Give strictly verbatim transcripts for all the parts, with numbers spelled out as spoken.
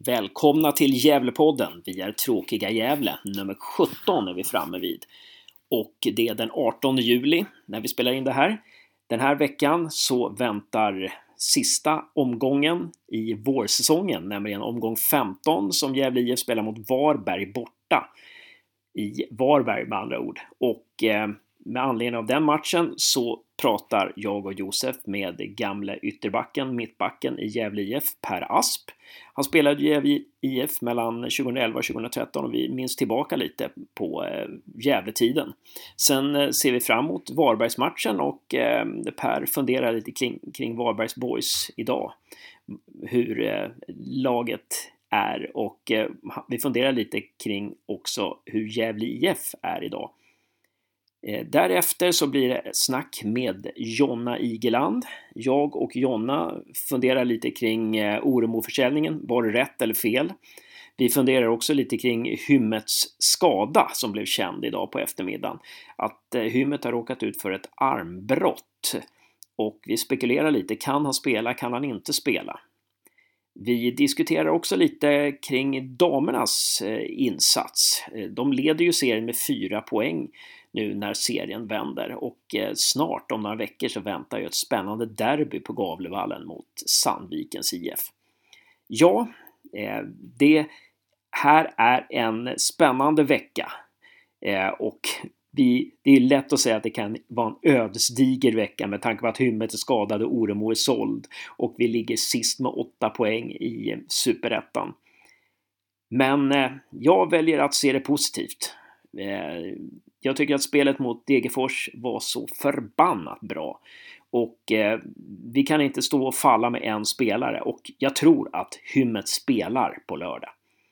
Välkomna till Gävlepodden. Vi är Tråkiga Gävle. Nummer sjutton är vi framme vid. Och det är den artonde juli när vi spelar in det här. Den här veckan så väntar sista omgången i vårsäsongen. Nämligen omgång femton som Gävle I F spelar mot Varberg borta. I Varberg med andra ord. Och eh, med anledning av den matchen så pratar jag och Josef med gamle ytterbacken, mittbacken i Gävle I F, Per Asp. Han spelade i Gävle I F mellan tjugoelva och tjugotretton och vi minns tillbaka lite på eh, Gävletiden. Sen eh, ser vi fram emot Varbergsmatchen och eh, Per funderar lite kring, kring Varbergs boys idag. Hur eh, laget är och eh, vi funderar lite kring också hur Gävle I F är idag. Eh, därefter så blir det snack med Jonna Igeland. Jag och Jonna funderar lite kring eh, Oremo-försäljningen. Var det rätt eller fel? Vi funderar också lite kring Hymmets skada som blev känd idag på eftermiddagen. Att eh, Hymmet har råkat ut för ett armbrott. Och vi spekulerar lite, kan han spela, kan han inte spela? Vi diskuterar också lite kring damernas insats. De leder ju serien med fyra poäng nu när serien vänder. Och snart om några veckor så väntar ju ett spännande derby på Gavlevallen mot Sandvikens I F. Ja, det här är en spännande vecka. Och Vi, det är lätt att säga att det kan vara en ödesdiger vecka med tanke på att Hymmet är skadad och Oremo är såld. Och vi ligger sist med åtta poäng i Superettan. Men eh, jag väljer att se det positivt. Eh, jag tycker att spelet mot Degerfors var så förbannat bra. Och eh, vi kan inte stå och falla med en spelare. Och jag tror att Hymmet spelar på lördag.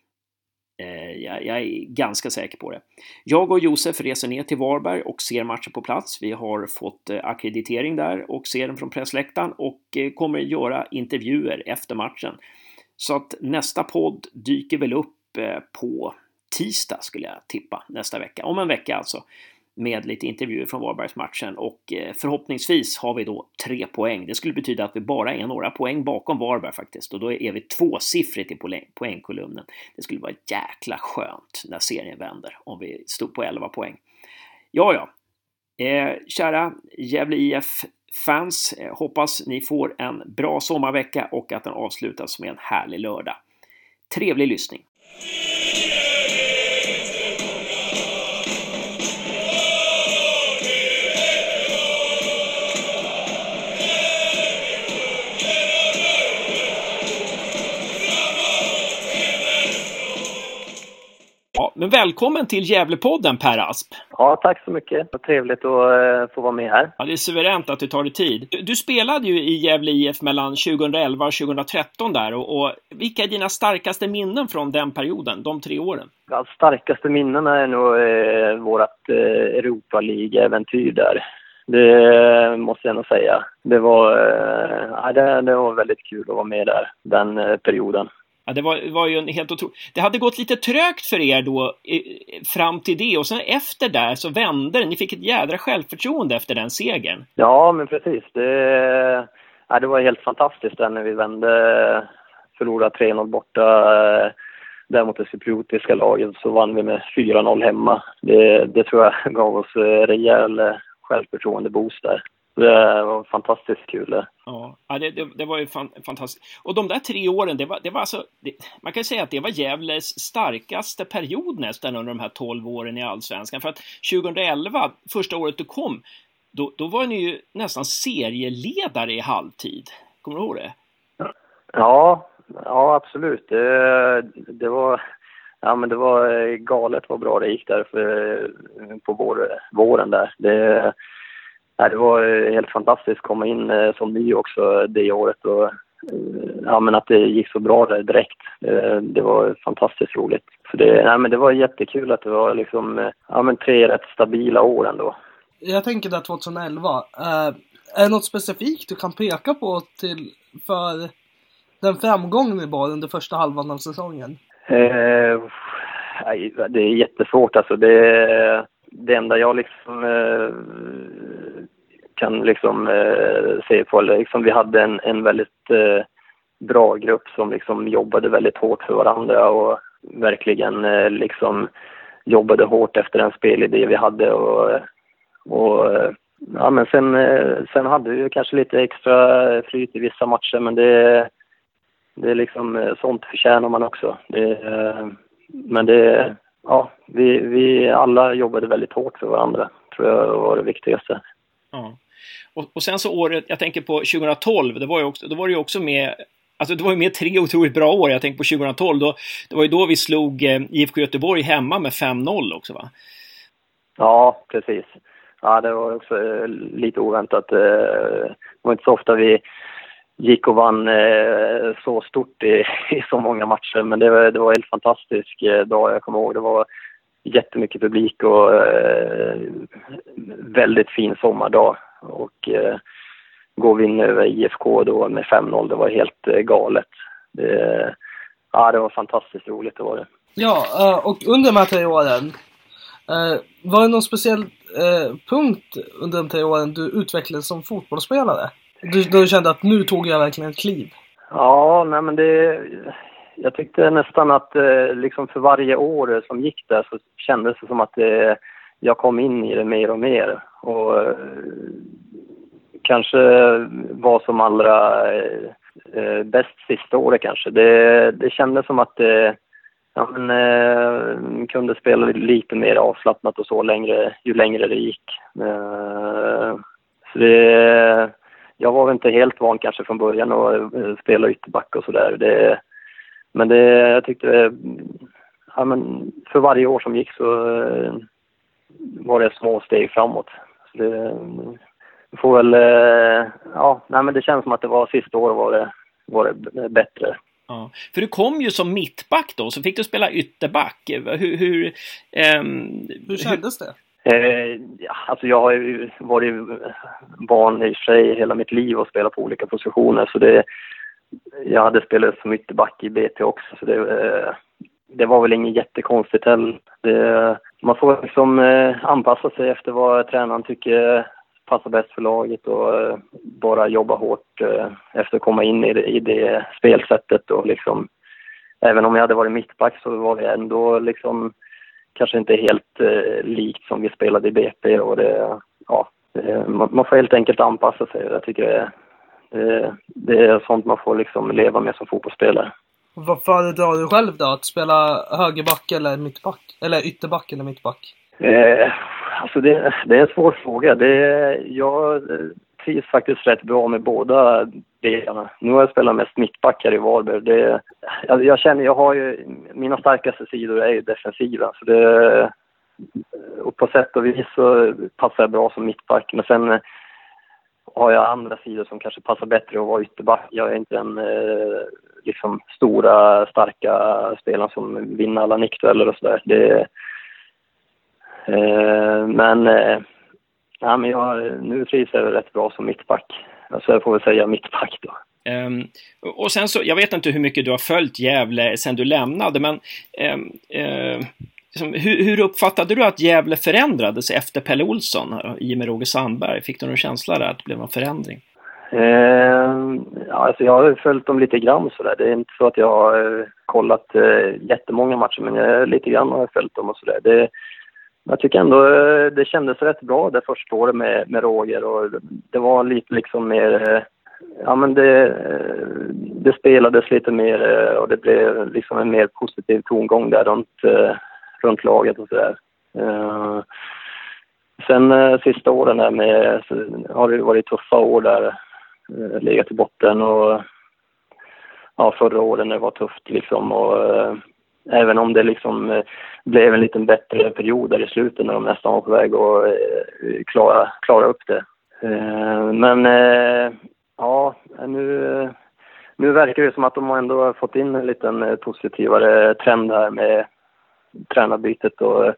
Jag är ganska säker på det. Jag och Josef reser ner till Varberg och ser matchen på plats. Vi har fått akkreditering där och ser den från pressläktaren och kommer göra intervjuer efter matchen. Så att nästa podd dyker väl upp på tisdag skulle jag tippa nästa vecka. Om en vecka alltså. Med lite intervjuer från Varbergsmatchen och förhoppningsvis har vi då tre poäng. Det skulle betyda att vi bara är några poäng bakom Varberg faktiskt. Och då är vi tvåsiffrigt i poängkolumnen. Det skulle vara jäkla skönt när serien vänder om vi stod på elva poäng. Ja, ja. Eh, kära Gävle I F-fans, eh, hoppas ni får en bra sommarvecka och att den avslutas med en härlig lördag. Trevlig lyssning! Ja, men välkommen till Gävlepodden, Per Asp. Ja, tack så mycket. Vad trevligt att uh, få vara med här. Ja, det är suveränt att du tar dig tid. Du, du spelade ju i Gävle I F mellan tjugoelva och tjugotretton där. Och, och vilka är dina starkaste minnen från den perioden, de tre åren? Ja, starkaste minnen är nog uh, vårt uh, Europa League-äventyr där. Det måste jag nog säga. Det var, uh, ja, det, det var väldigt kul att vara med där, den uh, perioden. Ja, det var, var ju en helt otroligt. Det hade gått lite trögt för er då fram till det och sen efter där så vände det. Ni fick ett jädra självförtroende efter den segern. Ja, men precis. Det, ja, det var helt fantastiskt där när vi vände, förlorade tre noll borta där mot det cypriotiska laget, så vann vi med fyra noll hemma. Det, det tror jag gav oss rejäl självförtroende boost där. Det var fantastiskt kul. Ja, det, det, det var ju fan, fantastiskt. Och de där tre åren, det var, det var alltså, det, man kan säga att det var Gävles starkaste period nästan under de här tolv åren i Allsvenskan. För att tjugoelva, första året du kom, då, då var ni ju nästan serieledare i halvtid. Kommer du ihåg det? Ja, ja absolut. Det, det var... Ja, men det var galet vad bra det gick där för, på vår, våren där. Det... Ja, det var helt fantastiskt att komma in eh, som ny också det året och eh, ja, men att det gick så bra där direkt. Eh, det var fantastiskt roligt. Så det, ja, men det var jättekul att det var liksom, eh, ja, men tre rätt stabila år ändå. Jag tänker där tjugoelva. Eh, är det något specifikt du kan peka på till för den framgången ni var under första halvan av säsongen? Eh, det är jättesvårt alltså. Det Det enda jag liksom eh, kan liksom eh, se på, liksom vi hade en, en väldigt eh, bra grupp som liksom jobbade väldigt hårt för varandra och verkligen eh, liksom jobbade hårt efter den spelidé vi hade och, och ja, men sen, sen hade vi kanske lite extra flyt i vissa matcher, men det, det är liksom sånt förtjänar man också. Det, men det, ja, vi, vi alla jobbade väldigt hårt för varandra, tror jag var det viktigaste. Ja. Och, och sen så året, jag tänker på tjugohundratolv, det var ju också, då var det ju också med, alltså det var ju med tre otroligt bra år. Jag tänker på tjugohundratolv, då, det var ju då vi slog eh, I F K Göteborg hemma med fem noll också, va? Ja, precis. Ja, det var också eh, lite oväntat. Eh, det var inte så ofta vi gick och vann eh, så stort i, i så många matcher, men det var, det var helt fantastisk eh, dag. Jag kommer ihåg, det var jättemycket publik och eh, väldigt fin sommardag. Och eh, gå och vinna över I F K då med fem noll, det var helt eh, galet. Det, ja, det var fantastiskt roligt, det var det. Ja, och under de här tre åren, var det någon speciell punkt under de tre åren du utvecklades som fotbollsspelare? Du, du kände att nu tog jag verkligen ett kliv? Ja, nej men det... Jag tyckte nästan att liksom för varje år som gick där så kändes det som att det, jag kom in i det mer och mer. Och kanske var som allra bäst sista året kanske. Det, det kändes som att det, ja, men, eh, kunde spela lite mer avslappnat och så längre, ju längre det gick. Eh, så det, jag var väl inte helt van kanske från början att eh, spela ytterback och sådär. Det, men det, jag tyckte, ja, men för varje år som gick så eh, var det små steg framåt. Så det får väl, eh, ja, nej, men det känns som att det var sista året var det, var det bättre. Ja, för du kom ju som mittback då, så fick du spela ytterback. Hur, hur, um, hur kändes det? Eh, ja, alltså jag har ju varit van i sig hela mitt liv och spelat på olika positioner. Så det, jag hade spelat som ytterback i B T också, så det, eh, det var väl inget jättekonstigt heller. Det, man får liksom eh, anpassa sig efter vad tränaren tycker passar bäst för laget och uh, bara jobba hårt uh, efter att komma in i det, i det spelsättet. Och liksom, även om jag hade varit mittback så var det ändå liksom kanske inte helt uh, likt som vi spelade i B P. Och det, ja, det, man, man får helt enkelt anpassa sig. Jag tycker det, det, det är sånt man får liksom leva med som fotbollsspelare. Vad föredrar du själv då? Att spela högerback eller mittback? Eller ytterback eller mittback? Eh, alltså det, det är en svår fråga. Det, jag trivs faktiskt rätt bra med båda delarna. Nu har jag spelat mest mittback här i Varberg. Det, jag, jag känner, jag har ju, mina starkaste sidor är ju defensiva. Så det, och på sätt och vis så passar jag bra som mittback. Men sen har jag andra sidor som kanske passar bättre att vara ytterback. Jag är inte den eh, liksom stora, starka spelaren som vinner alla nickdueller och sådär. Det Eh, men, eh, ja, men jag, nu trivs jag rätt bra som mittback. Alltså jag får väl säga mittback då. Um, och sen så, jag vet inte hur mycket du har följt Gävle sen du lämnade, men um, uh, liksom, hur, hur uppfattade du att Gävle förändrades efter Pelle Olsson i och med Roger Sandberg? Fick du någon känsla där att det blev en förändring? Eh, ja, alltså jag har följt dem lite grann sådär. Det är inte så att jag har eh, kollat eh, jättemånga matcher, men jag, lite grann har jag följt dem och sådär. Det Jag tycker ändå det kändes rätt bra det första året med, med Roger, och det var lite liksom mer, ja men det, det spelades lite mer och det blev liksom en mer positiv tongång där runt, runt laget och sådär. Sen sista åren där med, så har det varit tuffa år där, legat i botten, och ja, förra året det var tufft liksom, och även om det liksom blev en liten bättre period där i slutet när de nästan var på väg att klara, klara upp det. Men ja, nu, nu verkar det som att de ändå har fått in en liten positivare trend här med tränarbytet och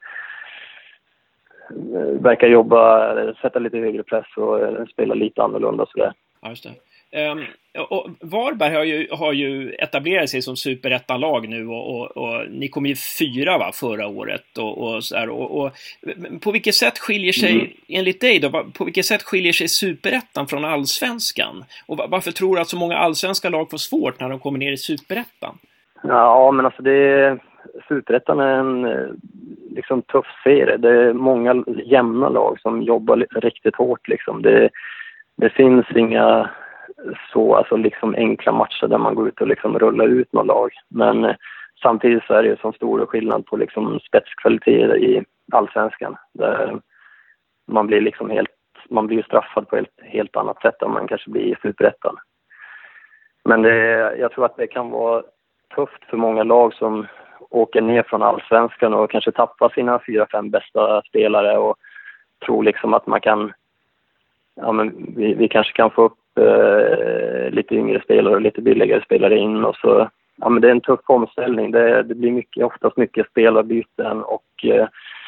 verkar jobba, sätta lite högre press och spela lite annorlunda sådär. Ja, just det. Um, och Varberg har ju, har ju etablerat sig som superettanlag nu och, och, och ni kom ju fyra va, förra året och, och så här, och, och på vilket sätt skiljer sig, mm. enligt dig då, på vilket sätt skiljer sig superettan från allsvenskan? Och varför tror du att så många allsvenska lag får svårt när de kommer ner i superettan? Ja, men alltså det superettan är en liksom tuff serie. Det är många jämna lag som jobbar riktigt hårt liksom. Det, det finns inga så alltså liksom enkla matcher där man går ut och liksom rullar ut någon lag. Men eh, samtidigt så är det ju så stor skillnad på liksom spetskvaliteter i allsvenskan. Där man blir liksom helt, man blir straffad på ett helt annat sätt än man kanske blir i superettan. Men det, jag tror att det kan vara tufft för många lag som åker ner från allsvenskan och kanske tappar sina fyra, fem bästa spelare och tror liksom att man kan, ja men vi, vi kanske kan få upp eh, lite yngre spelare och lite billigare spelare in och så, ja men det är en tuff omställning. Det, det blir mycket, oftast mycket spelarbyten och eh,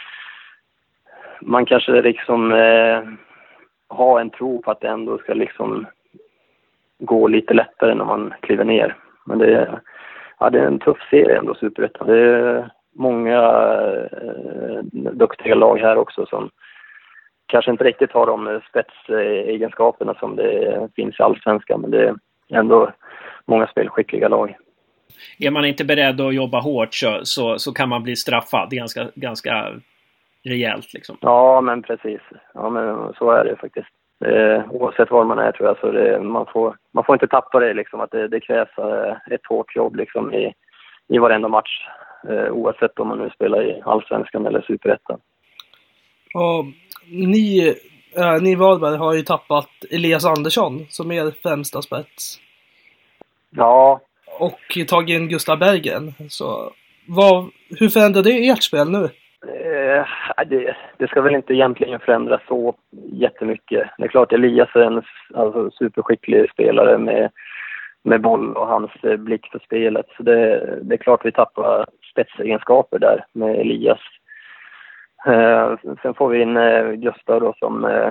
man kanske liksom eh, har en tro på att det ändå ska liksom gå lite lättare när man kliver ner. Men det är Ja, det är en tuff serie ändå, superettan. Det är många eh, duktiga lag här också som kanske inte riktigt har de spetsegenskaperna som det finns i allsvenskan, men det är ändå många spelskickliga lag. Är man inte beredd att jobba hårt så, så, så kan man bli straffad ganska, ganska rejält liksom. Ja, men precis. Ja, men så är det faktiskt. Eh, oavsett var man är tror jag så det, man, får, man får inte tappa det liksom, att det, det krävs eh, ett hårt jobb liksom i, i varenda match eh, oavsett om man nu spelar i allsvenskan eller superettan. Och ni, äh, ni Varberg har ju tappat Elias Andersson som är främsta spets. Ja. Och tagit in Gustav Berggren. Så vad, hur förändrar det ert spel nu? Eh, det, det ska väl inte egentligen förändras så jättemycket. Det är klart Elias är en alltså, superskicklig spelare med, med boll och hans eh, blick för spelet. Så det, det är klart vi tappar spetsegenskaper där med Elias. Eh, sen får vi in eh, Gustav då som eh,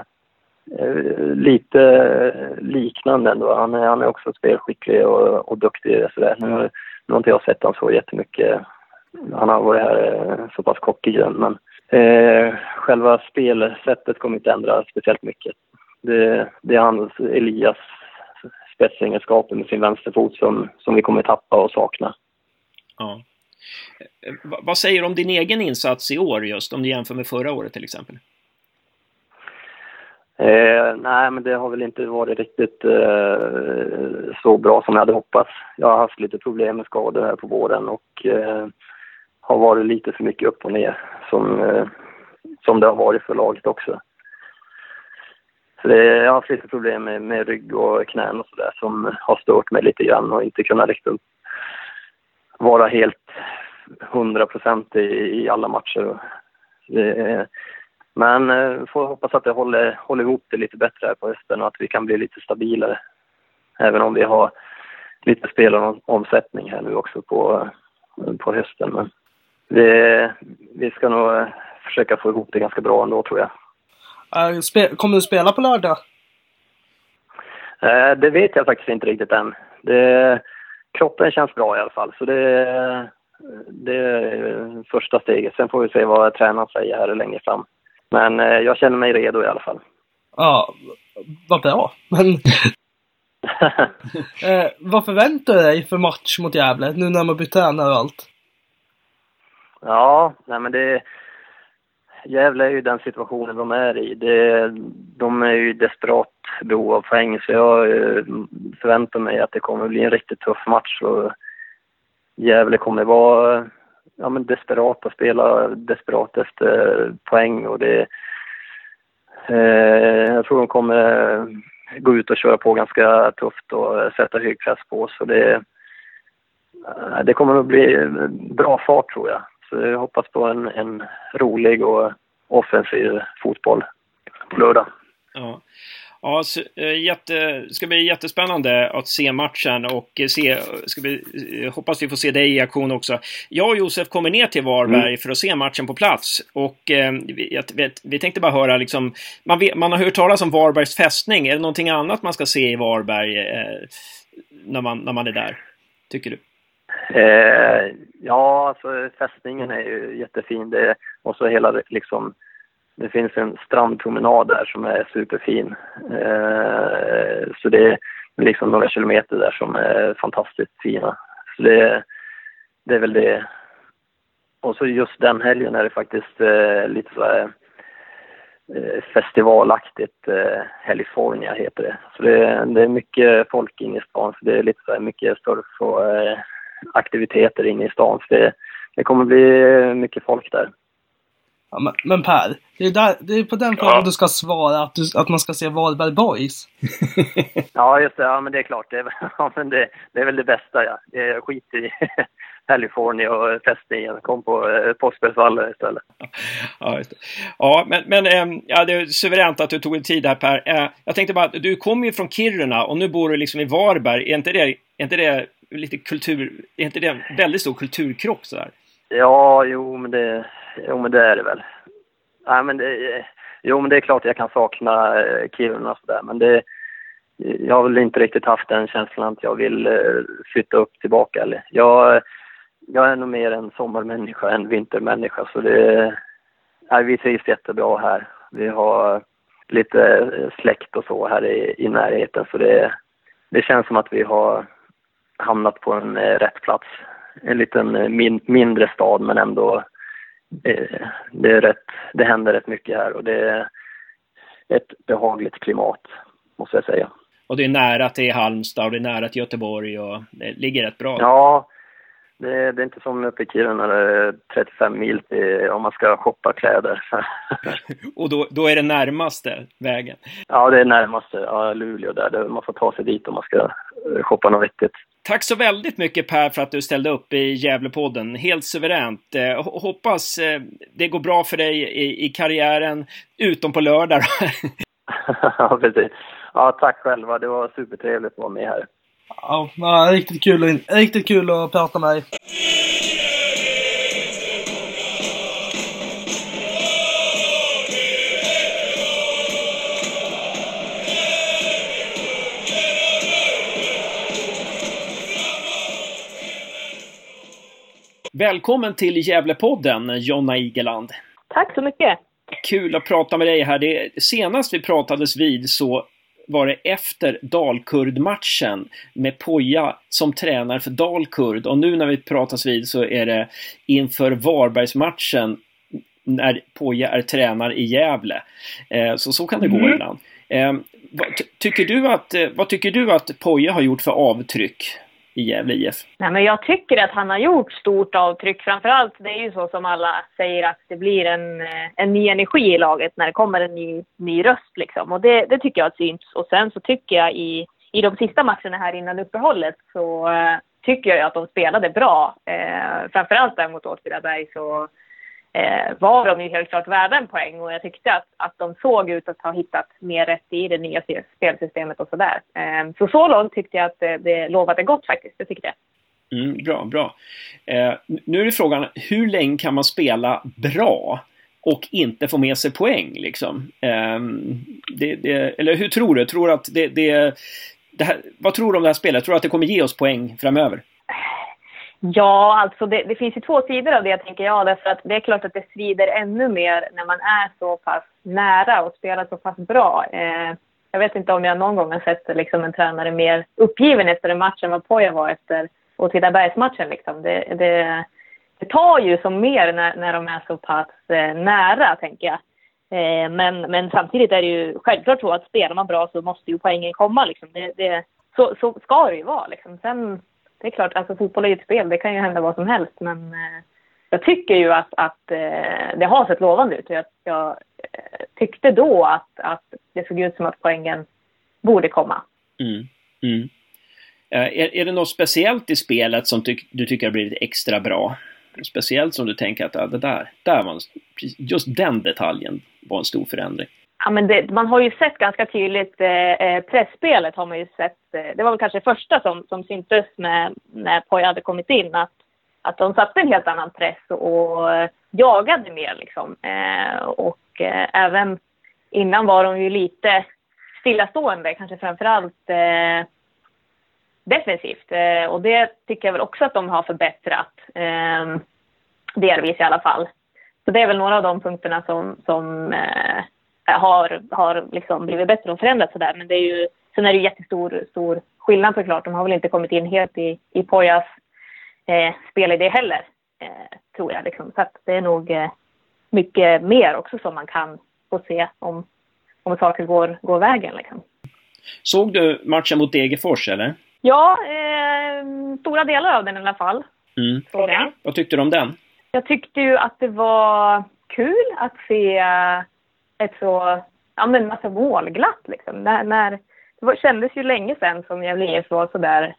lite liknande ändå. Han är, han är också spelskicklig och, och duktig. Så där. Nu, nu har inte jag sett honom så jättemycket. Han har varit här så pass kort tid, men eh, själva spelsättet kommer inte ändra speciellt mycket. Det, det är hans Elias spetsegenskaper med sin vänsterfot som, som vi kommer tappa och sakna. Ja. V- vad säger du om din egen insats i år just, om du jämför med förra året till exempel? Eh, nej, men det har väl inte varit riktigt eh, så bra som jag hade hoppats. Jag har haft lite problem med skador här på våren och eh, har varit lite för mycket upp och ner som, eh, som det har varit för laget också. Så det, jag har haft lite problem med, med rygg och knän och sådär som har stört mig lite grann och inte kunnat liksom vara helt hundra procent i, i alla matcher. Det, men eh, får hoppas att det håller, håller ihop det lite bättre här på hösten och att vi kan bli lite stabilare. Även om vi har lite spelaromsättning här nu också på, på hösten. Men vi, vi ska nog försöka få ihop det ganska bra ändå tror jag. Uh, spe- kommer du spela på lördag? Uh, det vet jag faktiskt inte riktigt än. Det, kroppen känns bra i alla fall. Så det, det är första steget. Sen får vi se vad tränaren säger här längre fram. Men uh, jag känner mig redo i alla fall. Ja, vad bra. Men uh, vad förväntar du dig för match mot Gävle nu när man byter tränare och allt? Ja, nej men det Gävle är ju den situationen de är i. Det, de är ju desperat behov av poäng så jag förväntar mig att det kommer bli en riktigt tuff match och Gävle kommer vara ja, men desperat att spela desperat efter poäng och det eh, jag tror de kommer gå ut och köra på ganska tufft och sätta hög press på så det, det kommer att bli bra fart tror jag. Så jag hoppas på en, en rolig och offensiv fotboll på lördag. Ja. Ja, så, äh, jätte, ska bli jättespännande att se matchen och se, ska bli, äh, hoppas vi får se dig i aktion också. Jag och Josef kommer ner till Varberg mm. för att se matchen på plats och äh, vi, vet, vi tänkte bara höra liksom, man, vet, man har hört talas om Varbergs fästning. Är det någonting annat man ska se i Varberg äh, när, man, när man är där, tycker du? Eh, ja, alltså fästningen är ju jättefin. Det, och så hela liksom, det finns en strandpromenad där som är superfin. Eh, så det är liksom några kilometer där som är fantastiskt fina. Så det, det är väl det. Och så just den helgen är det faktiskt eh, lite så här eh, festivalaktigt. Eh, California heter det. Så det, det är mycket folk inne i stan. Så det är lite så här mycket surf och eh, aktiviteter inne i stan. Så det, det kommer bli mycket folk där. Ja, men, men Per, det är, där, det är på den frågan ja. Du ska svara att, du, att man ska se Varberg Boys. Ja, just det. Ja, men det är klart. Det är, ja, men det, det är väl det bästa, ja. Jag skiter i California och fästningen. Kom på eh, Påskbergsvallen istället. Ja, just det. Ja, men, men eh, ja, det är suveränt att du tog en tid här, Per. Eh, jag tänkte bara, du kommer ju från Kiruna och nu bor du liksom i Varberg. Är inte det, är inte det lite kultur, är inte det en väldigt stor kulturkrock så där? Ja, jo, men det... Jo, men det är det väl. Nej, men det, jo, men det är klart att jag kan sakna eh, Kiruna och sådär. Men det, jag har väl inte riktigt haft den känslan att jag vill eh, flytta upp tillbaka. Eller. Jag, jag är nog mer en sommarmänniska än vintermänniska. Så det, nej, vi trivs jättebra här. Vi har lite släkt och så här i, i närheten. Så det, det känns som att vi har hamnat på en eh, rätt plats. En liten min, mindre stad, men ändå... Det, är rätt, det händer rätt mycket här och det är ett behagligt klimat, måste jag säga. Och det är nära till Halmstad och det är nära till Göteborg och det ligger rätt bra. Ja, det, det är inte som uppe i Kiruna, det är trettiofem mil till, om man ska shoppa kläder. Och då, då är det närmaste vägen? Ja, det är närmaste, ja, Luleå där, där man får ta sig dit om man ska shoppa något vettigt. Tack så väldigt mycket, Per, för att du ställde upp i Gävlepodden. Helt suveränt. Eh, hoppas eh, det går bra för dig i, i karriären, utom på lördag. Ja, precis. Ja, tack själva. Det var supertrevligt att vara med här. Ja, ja riktigt kul, riktigt kul att prata med dig. Välkommen till Gävlepodden, Jonna Igeland. Tack så mycket. Kul att prata med dig här. Det, senast vi pratades vid så var det efter Dalkurd-matchen med Poja som tränar för Dalkurd. Och nu när vi pratas vid så är det inför Varbergsmatchen när Poja är tränare i Gävle. Eh, så så kan det mm. gå ibland. Eh, vad, tycker du att, vad tycker du att Poja har gjort för avtryck i Gävle I F? Nej, men jag tycker att han har gjort stort avtryck. Framförallt, det är ju så som alla säger att det blir en, en ny energi i laget när det kommer en ny, ny röst liksom. Och det, det tycker jag syns. Och sen så tycker jag i, i de sista matcherna här innan uppehållet så uh, tycker jag att de spelade bra. Uh, framförallt där mot Åtvidaberg så uh, var de ju helt klart värda en poäng. Och jag tyckte att, att de såg ut att ha hittat mer rätt i det nya spelsystemet och sådär. Uh, så så långt tyckte jag att det, det lovade gott faktiskt. Det tyckte jag. Mm, bra, bra. Eh, nu är det frågan, hur länge kan man spela bra och inte få med sig poäng liksom? Eh, det, det, eller hur tror du? Tror att det, det, det här, vad tror du om det här spelet? Tror du att det kommer ge oss poäng framöver? Ja, alltså det, det finns ju två sidor av det, tänker jag. Därför att det är klart att det svider ännu mer när man är så pass nära och spelar så pass bra. Eh, jag vet inte om jag någon gång har sett liksom, en tränare mer uppgiven efter en match än vad Poja var efter Åtvidabergsmatchen. Liksom. Det, det, det tar ju som mer när, när de är så pass eh, nära, tänker jag. Eh, men, men samtidigt är det ju självklart så att spelar man bra så måste ju poängen komma. Liksom. Det, det, så, så ska det ju vara. Liksom. Sen, det är klart, alltså fotboll är ju ett spel, det kan ju hända vad som helst. Men eh, jag tycker ju att, att eh, det har sett lovande ut. Och jag, jag eh, tyckte då att, att det såg ut som att poängen borde komma. Mm, mm. Är, är det något speciellt i spelet som ty- du tycker har blivit extra bra? Speciellt som du tänker att ja, det där, där var en, just den detaljen var en stor förändring. Ja, men det, man har ju sett ganska tydligt eh, pressspelet har man ju sett. Eh, det var väl kanske det första som, som syntes med, när Poja hade kommit in. Att, att de satte en helt annan press och, och jagade mer liksom. Eh, och eh, även innan var de ju lite stillastående, kanske framförallt eh, defensivt. Eh, och det tycker jag väl också att de har förbättrat. Eh, delvis i alla fall. Så det är väl några av de punkterna som, som eh, har, har liksom blivit bättre och förändrats sådär. Men det är ju, sen är det ju jättestor stor skillnad såklart. De har väl inte kommit in helt i, i Pojas eh, spelidé heller, eh, tror jag. Liksom. Så att det är nog eh, mycket mer också som man kan få se om, om saker går, går vägen. Liksom. Såg du matchen mot Degerfors eller? Ja, eh, stora delar av den i alla fall. Mm. Så, vad tyckte du om den? Jag tyckte ju att det var kul att se ett så, ja men massa målglatt liksom. När, när, det var, kändes ju länge sedan som Gävle I F var så där,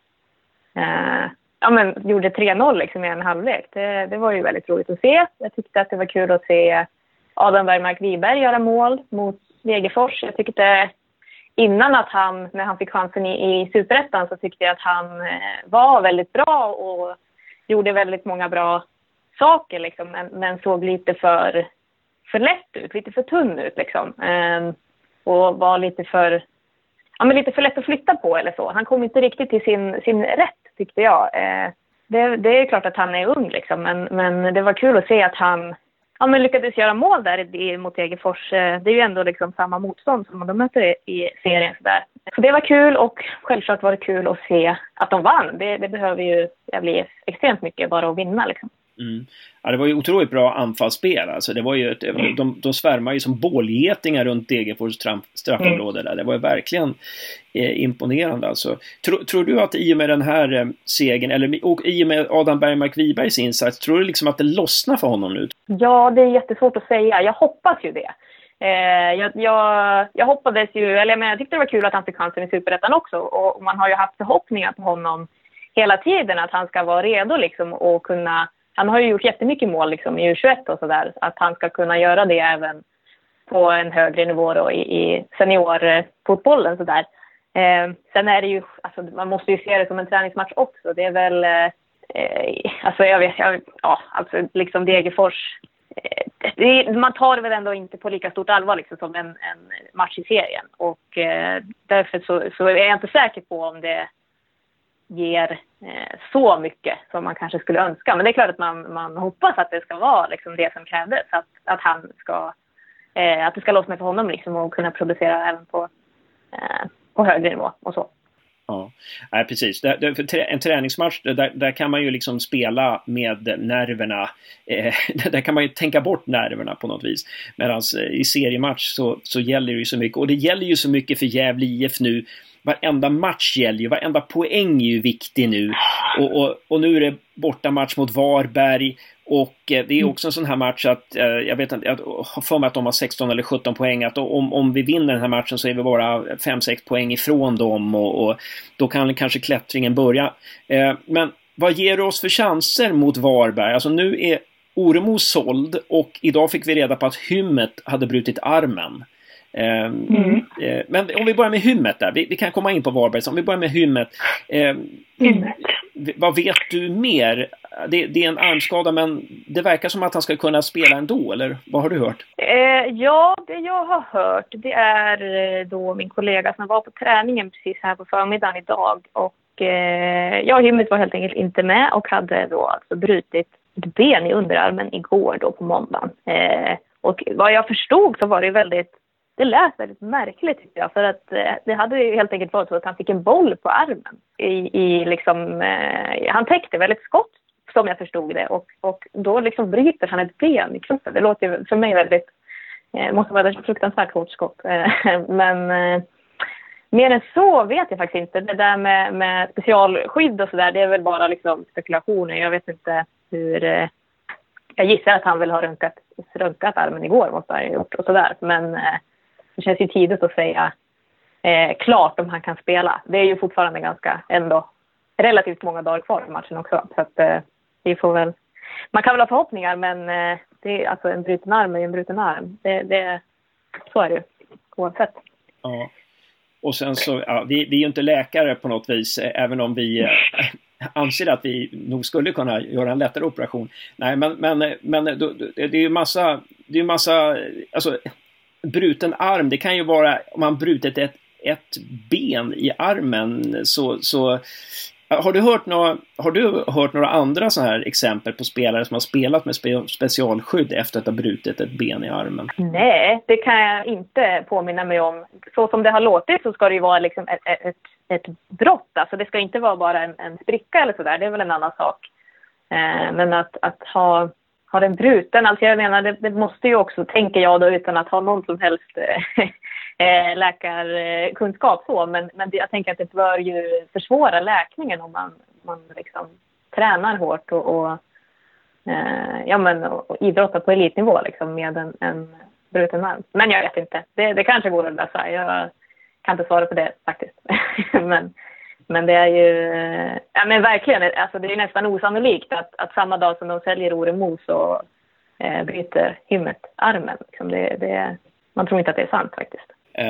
eh, ja men gjorde tre noll liksom i en halvlek. Det, det var ju väldigt roligt att se. Jag tyckte att det var kul att se Adam Bergmark Wiberg göra mål mot Degerfors. Jag tyckte innan att han, när han fick chansen i, i Superettan så tyckte jag att han eh, var väldigt bra och gjorde väldigt många bra saker liksom, men, men såg lite för, för lätt ut, lite för tunn ut liksom. Ehm, och var lite för, ja, men lite för lätt att flytta på eller så. Han kom inte riktigt till sin, sin rätt tyckte jag. Ehm, det, det är klart att han är ung liksom, men, men det var kul att se att han ja, men lyckades göra mål där i, mot Degerfors. Ehm, det är ju ändå liksom samma motstånd som de möter i serien. Så, där. Så det var kul och självklart var det kul att se att de vann. Det, det behöver ju bli extremt mycket bara att vinna liksom. Mm. Ja, det var ju otroligt bra anfallsspel. Alltså, det var ju ett, de, de svärmar ju som bålgetingar runt Degerfors straffområde där. Det var ju verkligen eh, imponerande. Alltså. Tror, tror du att i och med den här eh, segern, eller och i och med Adam Bergmark Wibergs insats, tror du liksom att det lossnar för honom nu? Ja, det är jättesvårt att säga. Jag hoppas ju det. Eh, jag, jag, jag hoppades ju, eller jag, menar, jag tyckte det var kul att han fick chansen i Superettan också. Och, och man har ju haft förhoppningar på honom hela tiden att han ska vara redo liksom och kunna. Han har ju gjort jättemycket mål liksom, i U tjugoett och sådär. Att han ska kunna göra det även på en högre nivå då, i, i seniorfotbollen. Sådär. Eh, sen är det ju, alltså, man måste ju se det som en träningsmatch också. Det är väl, eh, alltså jag vet, jag, ja, alltså liksom Degerfors. Eh, det, man tar det väl ändå inte på lika stort allvar liksom, som en, en match i serien. Och eh, därför så, så är jag inte säker på om det ger eh, så mycket som man kanske skulle önska. Men det är klart att man, man hoppas att det ska vara liksom, det som krävdes. Att, att han ska eh, att det ska lossna för honom liksom, och kunna producera även på, eh, på högre nivå och så. Ja, ja precis. Det, det, för en träningsmatch, där, där kan man ju liksom spela med nerverna. Eh, där kan man ju tänka bort nerverna på något vis. Medan i seriematch så, så gäller det ju så mycket. Och det gäller ju så mycket för Gävle I F nu. Varenda match gäller ju, varenda poäng är ju viktig nu. Och, och, och nu är det borta match mot Varberg. Och eh, det är också en sån här match att, eh, jag vet inte, jag har för mig att de har sexton eller sjutton poäng. Att om, om vi vinner den här matchen så är vi bara fem sex poäng ifrån dem. Och, och då kan kanske klättringen börja. Eh, men vad ger det oss för chanser mot Varberg? Alltså nu är Oremo såld och idag fick vi reda på att Hymmet hade brutit armen. Eh, mm. eh, men om vi börjar med Hymmet där, vi, vi kan komma in på Varberg, så om vi börjar med Hymmet, eh, Mm. vad vet du mer? Det, det är en armskada, men det verkar som att han ska kunna spela ändå, eller vad har du hört? Eh, ja, det jag har hört, det är eh, då min kollega som var på träningen precis här på förmiddagen idag. Och eh, jag och Hymmet var helt enkelt inte med och hade då alltså brutit ett ben i underarmen igår då på måndagen. Eh, och vad jag förstod så var det väldigt, det lät väldigt märkligt tycker jag, för att eh, det hade ju helt enkelt varit så att han fick en boll på armen. I, i liksom, eh, han täckte väldigt skott som jag förstod det, och, och då liksom bryter han ett ben i kroppen. Det låter ju för mig väldigt, eh, måste vara ett fruktansvärt hårt skott. Eh, men eh, mer än så vet jag faktiskt inte. Det där med, med specialskydd och sådär, det är väl bara liksom spekulationer. Jag vet inte hur, eh, jag gissar att han vill ha runkat, runkat armen igår, måste han ha gjort och sådär. Men eh, det känns ju tidigt att säga eh, klart om han kan spela. Det är ju fortfarande ganska ändå relativt många dagar kvar i matchen också. Så att eh, vi får väl, man kan väl ha förhoppningar, men eh, det är alltså en bruten arm är en bruten arm. Det, det, så är det ju. oavsett. Ja. Och sen så, ja, vi, vi är ju inte läkare på något vis, även om vi äh, anser att vi nog skulle kunna göra en lättare operation. Nej, men, men, men det, det är ju massa, det är ju massa, alltså bruten arm, det kan ju vara, om man brutit ett, ett ben i armen, så, så har du hört några, har du hört några andra så här exempel på spelare som har spelat med spe, specialskydd efter att ha brutit ett ben i armen? Nej, det kan jag inte påminna mig om. Så som det har låtit så ska det ju vara liksom ett, ett, ett brott. Alltså det ska inte vara bara en, en spricka eller sådär. Det är väl en annan sak. Eh, men att, att ha, ha den bruten, alltså jag menar, det, det måste ju också, tänker jag då, utan att ha någon som helst eh, läkarkunskap så. Men, men det, jag tänker att det bör ju försvåra läkningen om man, man liksom tränar hårt och, och, eh, ja, men, och idrottar på elitnivå liksom, med en, en bruten arm. Men jag vet inte. Det, det kanske går att lösa. Jag kan inte svara på det faktiskt. men, men det är ju, ja men verkligen, alltså det är nästan osannolikt att, att samma dag som de säljer Oremo så eh, bryter hymmet armen. Liksom det, det, man tror inte att det är sant faktiskt.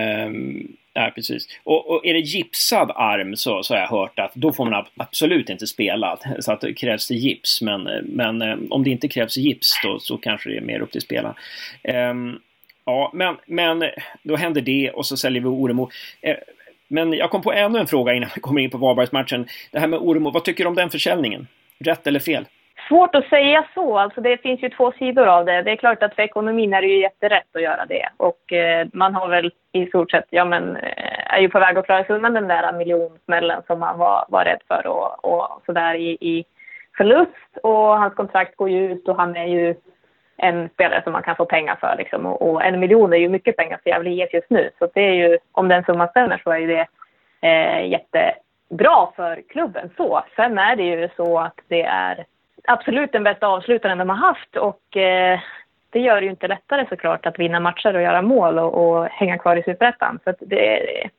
Um, ja, precis. Och, och är det gipsad arm så, så har jag hört att då får man absolut inte spela. Så att det krävs det gips. Men, men um, om det inte krävs gips då, så kanske det är mer upp till spela. Um, ja, men, men då händer det och så säljer vi Oremo. Uh, men jag kom på ännu en fråga innan vi kommer in på Varbergsmatchen. Det här med Oremo, vad tycker du om den försäljningen? Rätt eller fel? Svårt att säga så. Alltså det finns ju två sidor av det. Det är klart att för ekonomin är det ju jätterätt att göra det. Och eh, man har väl i stort sett, ja men, eh, är ju på väg att klara sig undan den där miljonsmällen som man var, var rädd för och, och sådär i, i förlust. Och hans kontrakt går ju ut och han är ju en spelare som man kan få pengar för liksom. Och, och en miljon är ju mycket pengar för Gävle I F just nu. Så det är ju, om den summan stämmer så är ju det eh, jättebra för klubben så. Sen är det ju så att det är absolut den bästa avslutaren de har haft och eh, det gör det ju inte lättare såklart att vinna matcher och göra mål och, och hänga kvar i Superettan. Så att det,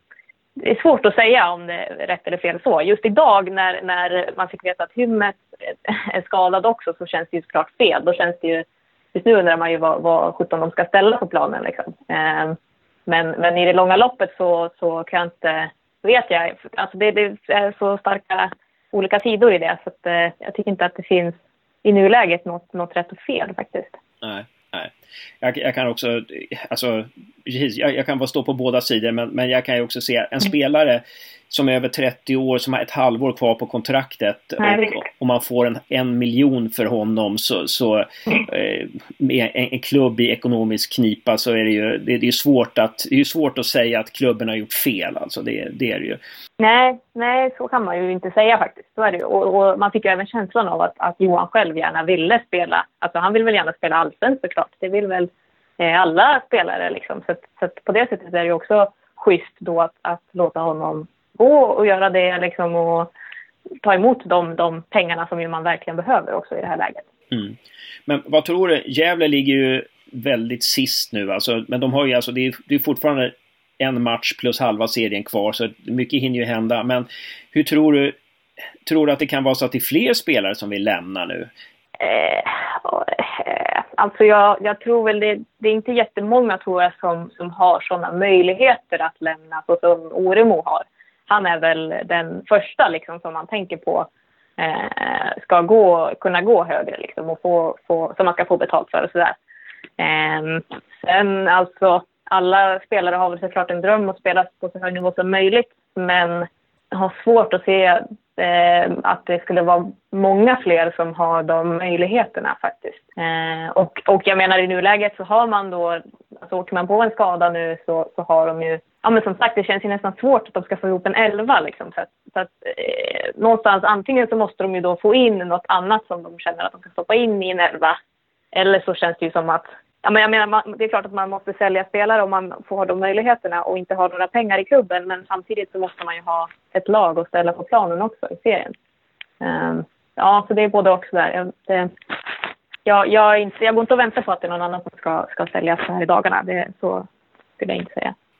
det är svårt att säga om det är rätt eller fel så. Just idag när, när man fick veta att hymmet är skadad också så känns det ju såklart fel. Då känns det ju, just nu undrar man ju vad, vad sjutton de ska ställa på planen liksom. Eh, men, men i det långa loppet så, så kan jag inte, vet jag, alltså det, det är så starka olika sidor i det. Så att, eh, jag tycker inte att det finns i nuläget något, något rätt och fel faktiskt. Nej, nej. Jag, jag kan också, alltså, jag, jag kan bara stå på båda sidor, men, men jag kan ju också se en spelare som är över trettio år, som har ett halvår kvar på kontraktet och, och man får en, en miljon för honom så, så eh, med en, en klubb i ekonomisk knipa så är det ju, det, det är svårt att, det är ju svårt att säga att klubben har gjort fel, alltså det, det är det ju. Nej, nej, så kan man ju inte säga faktiskt. Så är det ju. Och, och man fick ju även känslan av att, att Johan själv gärna ville spela, alltså han vill väl gärna spela allsvenskt såklart, det vill väl eh, alla spelare liksom. Så, så att på det sättet är det ju också schysst då att, att låta honom gå och göra det liksom och ta emot de, de pengarna som ju man verkligen behöver också i det här läget. Mm. Men vad tror du? Gävle ligger ju väldigt sist nu alltså, men de har ju alltså, det är, det är fortfarande en match plus halva serien kvar så mycket hinner ju hända, men hur tror du tror du att det kan vara så att det är fler spelare som vill lämna nu? Eh, eh, alltså jag, jag tror väl det, det är inte jättemånga tror jag som, som har sådana möjligheter att lämna så som Oremo har. Han är väl den första liksom, som man tänker på eh, ska gå, kunna gå högre liksom, och få, få, som man ska få betalt för och sådär. Eh, sen alltså alla spelare har väl såklart en dröm att spela på så hög nivå som möjligt, men har svårt att se eh, att det skulle vara många fler som har de möjligheterna faktiskt. Eh, och, och jag menar i nuläget så har man då, alltså åker man på en skada nu så, så har de ju, ja men som sagt det känns ju nästan svårt att de ska få ihop en elva liksom. Så att, så att eh, någonstans antingen så måste de ju då få in något annat som de känner att de kan stoppa in i en elva. Eller så känns det ju som att, ja men jag menar man, det är klart att man måste sälja spelare om man får ha de möjligheterna och inte ha några pengar i klubben. Men samtidigt så måste man ju ha ett lag att ställa på planen också i serien. Um, ja, så det är både också där. Jag, det, jag, jag, är inte, jag går inte och väntar på att det är någon annan som ska, ska säljas här i dagarna. Det, så skulle jag inte säga.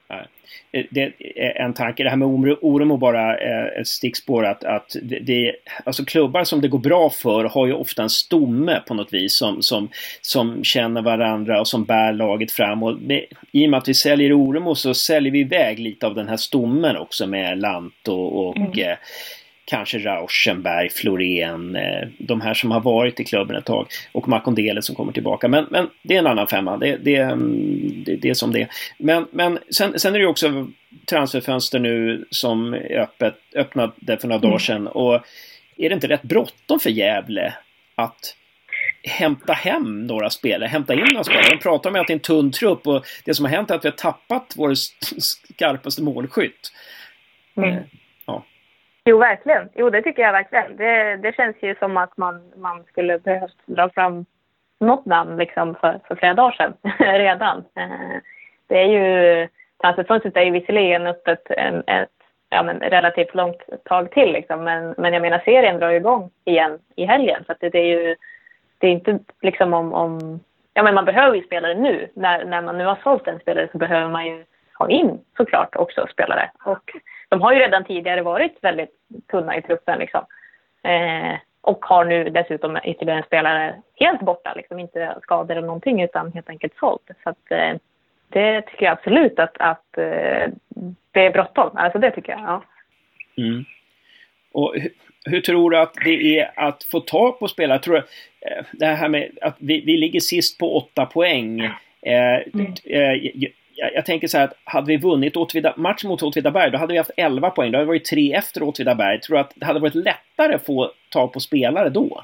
Det är en tanke, det här med Oremo bara ett stickspår att, att det, det, alltså klubbar som det går bra för har ju ofta en stomme på något vis som, som, som känner varandra och som bär laget fram, och det, i och med att vi säljer Oremo så säljer vi iväg lite av den här stommen också med Lant och, och mm. eh, kanske Rauschenberg, Florén, eh, de här som har varit i klubben ett tag, och Makondele som kommer tillbaka. Men, men det är en annan femma. Det, det, det, det är som det är. Men, men sen, sen är det ju också transferfönster nu som är öppet, öppnade för några dagar sedan. Och är det inte rätt bråttom för Gävle att hämta hem några spelare, hämta in några spelare? De pratar om att det är en tunn trupp, och det som har hänt är att vi har tappat vår skarpaste målskytt. Mm. Eh, ja. Jo, verkligen. Jo, det tycker jag verkligen. Det, det känns ju som att man, man skulle behövt dra fram något namn liksom för, för flera dagar sedan redan. Eh, det är ju, transferfönstret är ju visserligen öppet en, ett ja, men relativt långt tag till liksom, men, men jag menar serien drar ju igång igen i helgen, så att det, det är ju det är inte liksom om, om ja, men man behöver ju spelare nu. När, när man nu har sålt en spelare så behöver man ju ha in såklart också spelare, och de har ju redan tidigare varit väldigt tunna i truppen liksom. Eh, och har nu dessutom ytterligare en spelare helt borta, liksom inte skador eller någonting utan helt enkelt sålt. Så att, eh, det tycker jag absolut att, att eh, det är bråttom. Alltså det tycker jag, ja. Mm. Och hur, hur tror du att det är att få tag på spelare? Tror du, eh, det här med att vi, vi ligger sist på åtta poäng. Eh, mm. eh, Jag, jag tänker så här att hade vi vunnit Åtvida, match mot Åtvidaberg, då hade vi haft elva poäng. Då hade det varit tre efter Åtvidaberg. Tror du att det hade varit lättare att få tag på spelare då?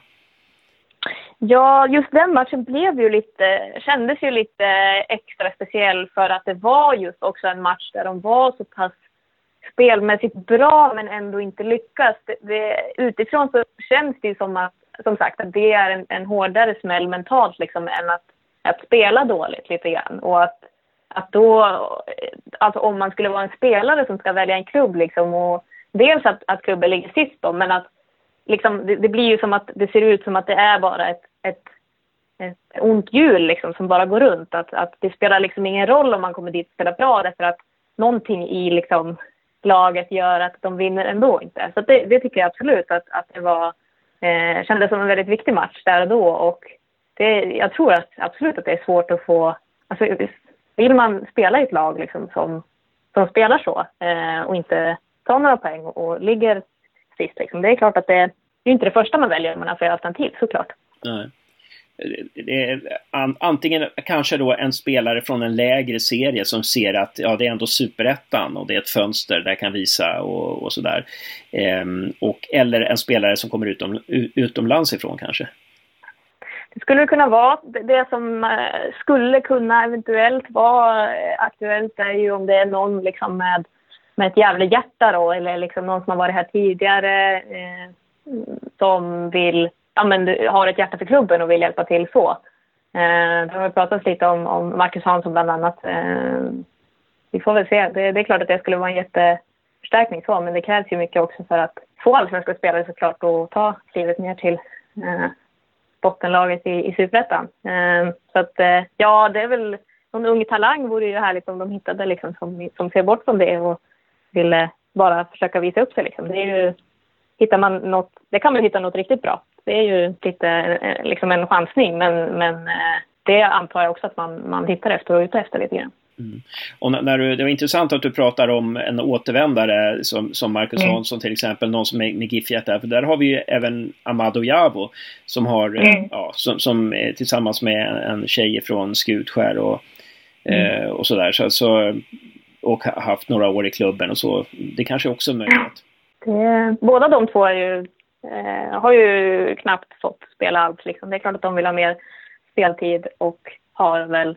Ja, just den matchen blev ju lite, kändes ju lite extra speciell för att det var just också en match där de var så pass spelmässigt bra men ändå inte lyckas. Det, det, utifrån så känns det ju som att, som sagt, att det är en, en hårdare smäll mentalt liksom än att, att spela dåligt lite grann. Och att Att då, alltså om man skulle vara en spelare som ska välja en klubb liksom, och dels att, att klubben ligger sist då, men att liksom, det, det blir ju som att det ser ut som att det är bara ett, ett, ett ont hjul liksom, som bara går runt. Att, att det spelar liksom ingen roll om man kommer dit och spelar bra, därför att någonting i liksom, laget gör att de vinner ändå inte. Så det, det tycker jag absolut att, att det var, eh, kändes som en väldigt viktig match där och då, och det, jag tror att, absolut att det är svårt att få, alltså, vill man spela i ett lag liksom som, som spelar så eh, och inte tar några poäng och, och ligger sist liksom. Det är klart att det, det är inte det första man väljer om man har flera alternativ, såklart. Nej. Det är an, antingen kanske då en spelare från en lägre serie som ser att ja, det är ändå superettan och det är ett fönster där jag kan visa och, och sådär. Ehm, och, eller en spelare som kommer utom, utomlands ifrån kanske. Det skulle kunna vara det som skulle kunna eventuellt vara aktuellt är ju om det är någon liksom med, med ett jävla hjärta då, eller liksom någon som har varit här tidigare eh, som vill, ja men har ett hjärta för klubben och vill hjälpa till så. Eh, det har vi pratat lite om, om Marcus Hansson bland annat. Eh, vi får väl se. Det, det är klart att det skulle vara en jätteförstärkning så, men det krävs ju mycket också för att få allsvenska spelare såklart och ta klivet ner till eh, bottenlaget i, i Superettan. Eh, så att eh, ja, det är väl någon ung talang vore ju härligt om de hittade liksom som, som ser bort från det och ville bara försöka visa upp sig liksom. Det är ju, hittar man något, det kan man hitta något riktigt bra. Det är ju lite eh, liksom en chansning, men, men eh, det antar jag också att man, man hittar efter och ute efter lite grann. Mm. Och när du, det var intressant att du pratar om en återvändare som, som Marcus mm. Hansson till exempel, någon som är med GIF Hjärta, för där har vi ju även Amado Jabo som har mm. ja, som, som är tillsammans med en tjej från Skutskär och, mm. eh, och sådär så, så, och haft några år i klubben och så, det kanske också är möjligt. Det, båda de två är ju, eh, har ju knappt fått spela allt liksom. Det är klart att de vill ha mer speltid och har väl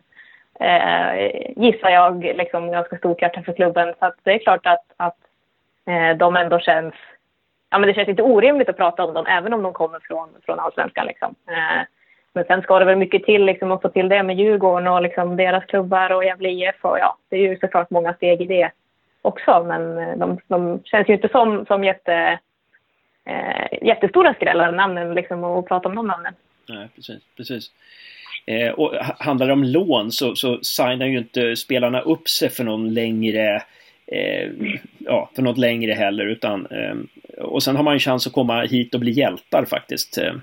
Eh, gissar jag liksom ganska stor hjärta för klubben, så att det är klart att, att eh, de ändå känns, ja men det känns inte orimligt att prata om dem även om de kommer från, från allsvenskan liksom. Eh, men sen ska det väl mycket till liksom att få till det med Djurgården och liksom deras klubbar och Gävle I F och ja, det är ju såklart många steg i det också, men de, de känns ju inte som, som jätte, eh, jättestora skrällar namnen liksom, och prata om de namnen. Nej, precis, precis. Eh, och handlar det om lån så, så signar ju inte spelarna upp sig för någon längre eh, ja, för något längre heller, utan eh, och sen har man ju chans att komma hit och bli hjältar faktiskt. Eh,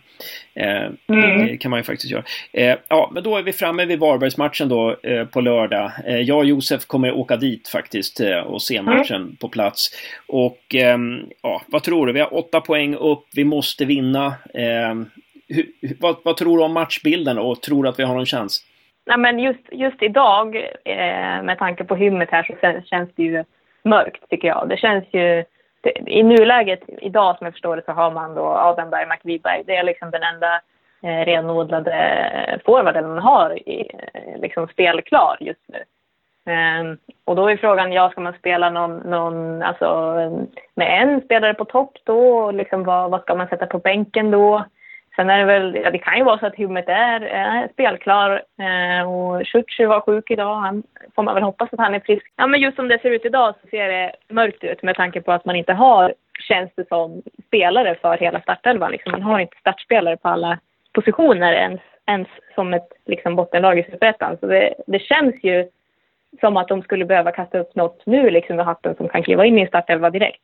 mm. Det kan man ju faktiskt göra. Eh, ja, men då är vi framme vid Varbergsmatchen då eh, på lördag. Eh, jag och Josef kommer åka dit faktiskt eh, och se matchen mm. på plats. Och eh, ja, vad tror du? Vi har åtta poäng upp, vi måste vinna. Eh, hur, vad, vad tror du om matchbilden och tror du att vi har någon chans? Nej, men just, just idag, eh, med tanke på hymmet här, så känns det ju mörkt tycker jag. Det känns ju, det, i nuläget, idag som jag förstår det, så har man då Adam Berg, McViberg. Det är liksom den enda eh, renodlade forwarden man har i, liksom spelklar just nu. Eh, och då är frågan, ja, ska man spela någon, någon alltså, med en spelare på topp då? Liksom, vad, vad ska man sätta på bänken då? Sen är det väl, ja, det kan ju vara så att hymmet är, är spelklar eh, och Schutcher var sjuk idag. Han får man väl hoppas att han är frisk. Ja, men just som det ser ut idag så ser det mörkt ut med tanke på att man inte har, känns det som, spelare för hela startelvan. Liksom, man har inte startspelare på alla positioner ens, ens som ett liksom, bottenlag i Superettan. Så det, det känns ju som att de skulle behöva kasta upp något nu liksom, med hatten som kan kliva in i startelva direkt.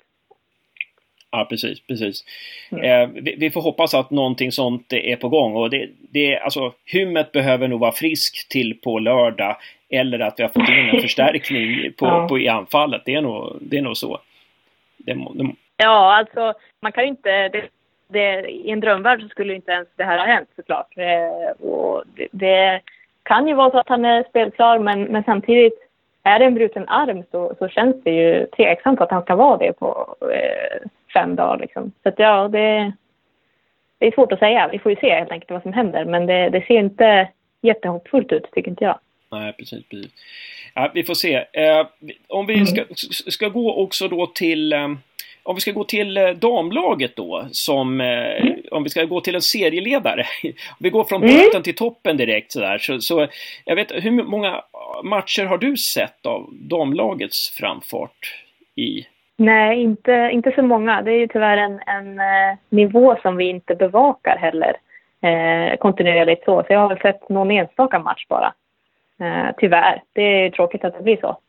Ja, precis, precis. Mm. Eh, vi, vi får hoppas att någonting sånt är på gång. Och det, det, alltså, hymmet behöver nog vara frisk till på lördag. Eller att vi har fått in en förstärkning på, ja. på, i anfallet. Det är nog, det är nog så. Det, det... Ja, alltså man kan ju inte... Det, det, i en drömvärld så skulle inte ens det här ha hänt såklart. Eh, och det, det kan ju vara så att han är spelklar. Men, men samtidigt, är det en bruten arm så, så känns det ju tveksamt att han ska vara det på... Eh, fem dagar liksom. Så att ja, det, det är svårt att säga. Vi får ju se helt enkelt vad som händer. Men det, det ser inte jättehoppfullt ut, tycker inte jag. Nej, precis. precis. Ja, vi får se. Eh, om vi ska, ska gå också då till... Eh, om vi ska gå till eh, damlaget då. Som, eh, mm. Om vi ska gå till en serieledare. Vi går från botten mm. till toppen direkt sådär. Så, så jag vet, hur många matcher har du sett av damlagets framfart i... Nej, inte, inte så många. Det är ju tyvärr en, en eh, nivå som vi inte bevakar heller eh, kontinuerligt så. Så jag har väl sett någon enstaka match bara. Eh, tyvärr. Det är ju tråkigt att det blir så.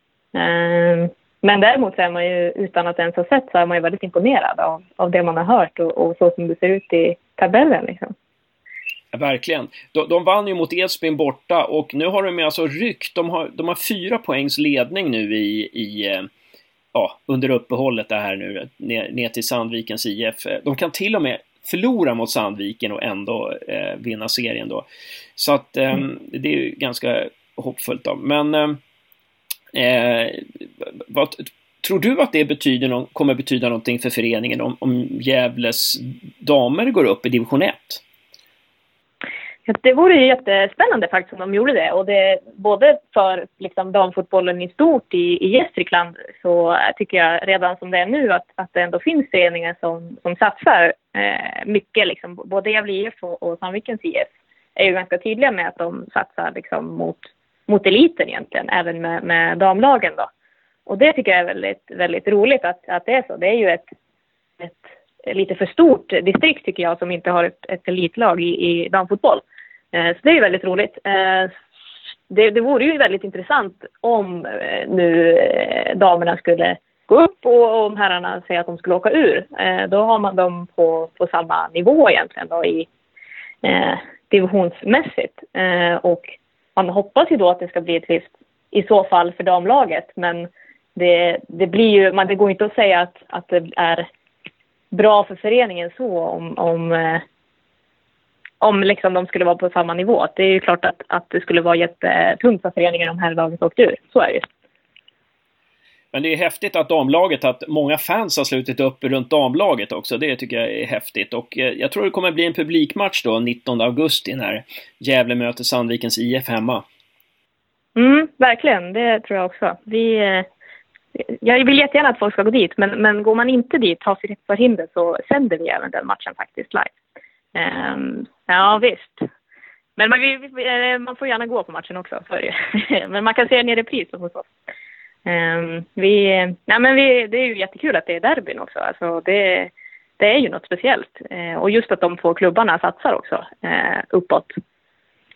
Eh, men däremot så är man ju, utan att ens ha sett, så är man ju väldigt imponerad av, av det man har hört och, och så som det ser ut i tabellen liksom. Ja, verkligen. De, de vann ju mot Edsbyn borta och nu har de alltså ryckt. De har, de har fyra poängs ledning nu i... i eh, ja, under uppehållet det här nu ner, ner till Sandvikens I F. De kan till och med förlora mot Sandviken och ändå eh, vinna serien då. Så att eh, mm. det är ju ganska hoppfullt då. Men eh, vad tror du att det betyder no- kommer betyda någonting för föreningen om, om Gävles damer går upp i division ett? Det vore ju jättespännande faktiskt om de gjorde det. Och det, både för liksom, damfotbollen i stort i, i Gästrikland så tycker jag redan som det är nu att, att det ändå finns föreningar som, som satsar eh, mycket. Liksom, både Gävle I F och, och Sandvikens I F är ju ganska tydliga med att de satsar liksom, mot, mot eliten egentligen, även med, med damlagen då. Och det tycker jag är väldigt, väldigt roligt att, att det är så. Det är ju ett, ett lite för stort distrikt tycker jag som inte har ett, ett elitlag i, i damfotboll. Så det är ju väldigt roligt. Det, det vore ju väldigt intressant om nu damerna skulle gå upp och om herrarna säger att de skulle åka ur. Då har man dem på, på samma nivå egentligen då i eh, divisionsmässigt. Och man hoppas ju då att det ska bli ett lyft i så fall för damlaget. Men det, det blir ju, man, det går inte att säga att, att det är bra för föreningen så om... om Om liksom de skulle vara på samma nivå. Det är ju klart att, att det skulle vara jättetungt för föreningen om herrlaget åkte ur. Så är det ju. Men det är häftigt att damlaget, att många fans har slutit upp runt damlaget också. Det tycker jag är häftigt. Och jag tror det kommer bli en publikmatch då nittonde augusti när Gävle möter Sandvikens I F hemma. Mm, verkligen. Det tror jag också. Vi, jag vill jättegärna att folk ska gå dit. Men, men går man inte dit, har sig för hinder, så sänder vi även den matchen faktiskt live. Um, ja visst. Men man, vi, man får gärna gå på matchen också för men man kan se den i repris hos oss. Um, vi, nej men vi, det är ju jättekul att det är derbyn också. Alltså det, det är ju något speciellt. Uh, och just att de två klubbarna satsar också uh, uppåt.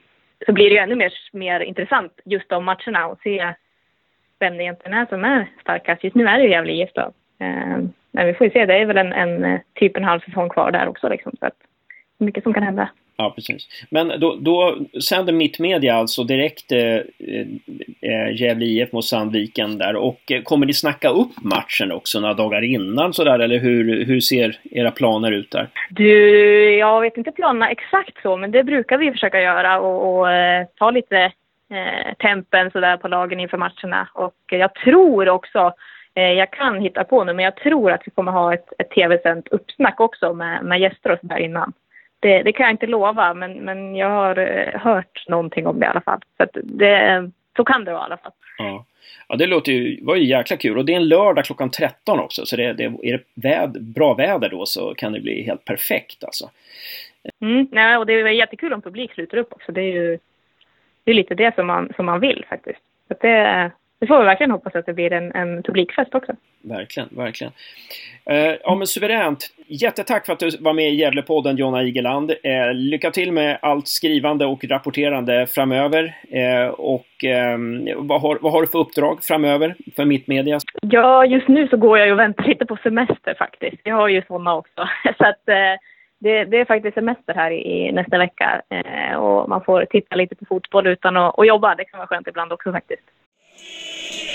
så blir det ju ännu mer, mer intressant just de matcherna och se vem det egentligen är som är starkast. Just nu är det ju Gävle I F då. Eh, men vi får ju se, det är väl en, en typ en halv säsong kvar där också liksom, så att det är mycket som kan hända. Ja, precis. Men då, då sänder Mittmedia alltså direkt eh, eh, Gävle I F mot Sandviken där, och eh, kommer ni snacka upp matchen också några dagar innan så där, eller hur, hur ser era planer ut där? Du, jag vet inte planerna exakt så, men det brukar vi försöka göra och, och eh, ta lite eh, tempen så där på lagen inför matcherna, och jag tror också eh, jag kan hitta på nu, men jag tror att vi kommer ha ett, ett tv-sänt uppsnack också med, med gäster och så där innan. Det, det kan jag inte lova, men, men jag har eh, hört någonting om det i alla fall. Så, att det, så kan det vara i alla fall. Ja, ja det låter ju, var ju jäkla kul. Och det är en lördag klockan tretton också. Så det, det, är det väd, bra väder då så kan det bli helt perfekt alltså. Mm, nej, och det är jättekul om publik sluter upp också. Det är ju det är lite det som man, som man vill faktiskt. Så att det, det får vi verkligen hoppas att det blir en, en publikfest också. Verkligen, verkligen. Eh, ja men suveränt. Jättetack för att du var med i Gävlepodden, Jonna Igeland. Eh, lycka till med allt skrivande och rapporterande framöver. Eh, och eh, vad, har, vad har du för uppdrag framöver för Mittmedia? Ja, just nu så går jag ju och väntar lite på semester faktiskt. Jag har ju sådana också. Så att eh, det, det är faktiskt semester här i, i nästa vecka. Eh, och man får titta lite på fotboll utan att och jobba. Det kan vara skönt ibland också faktiskt.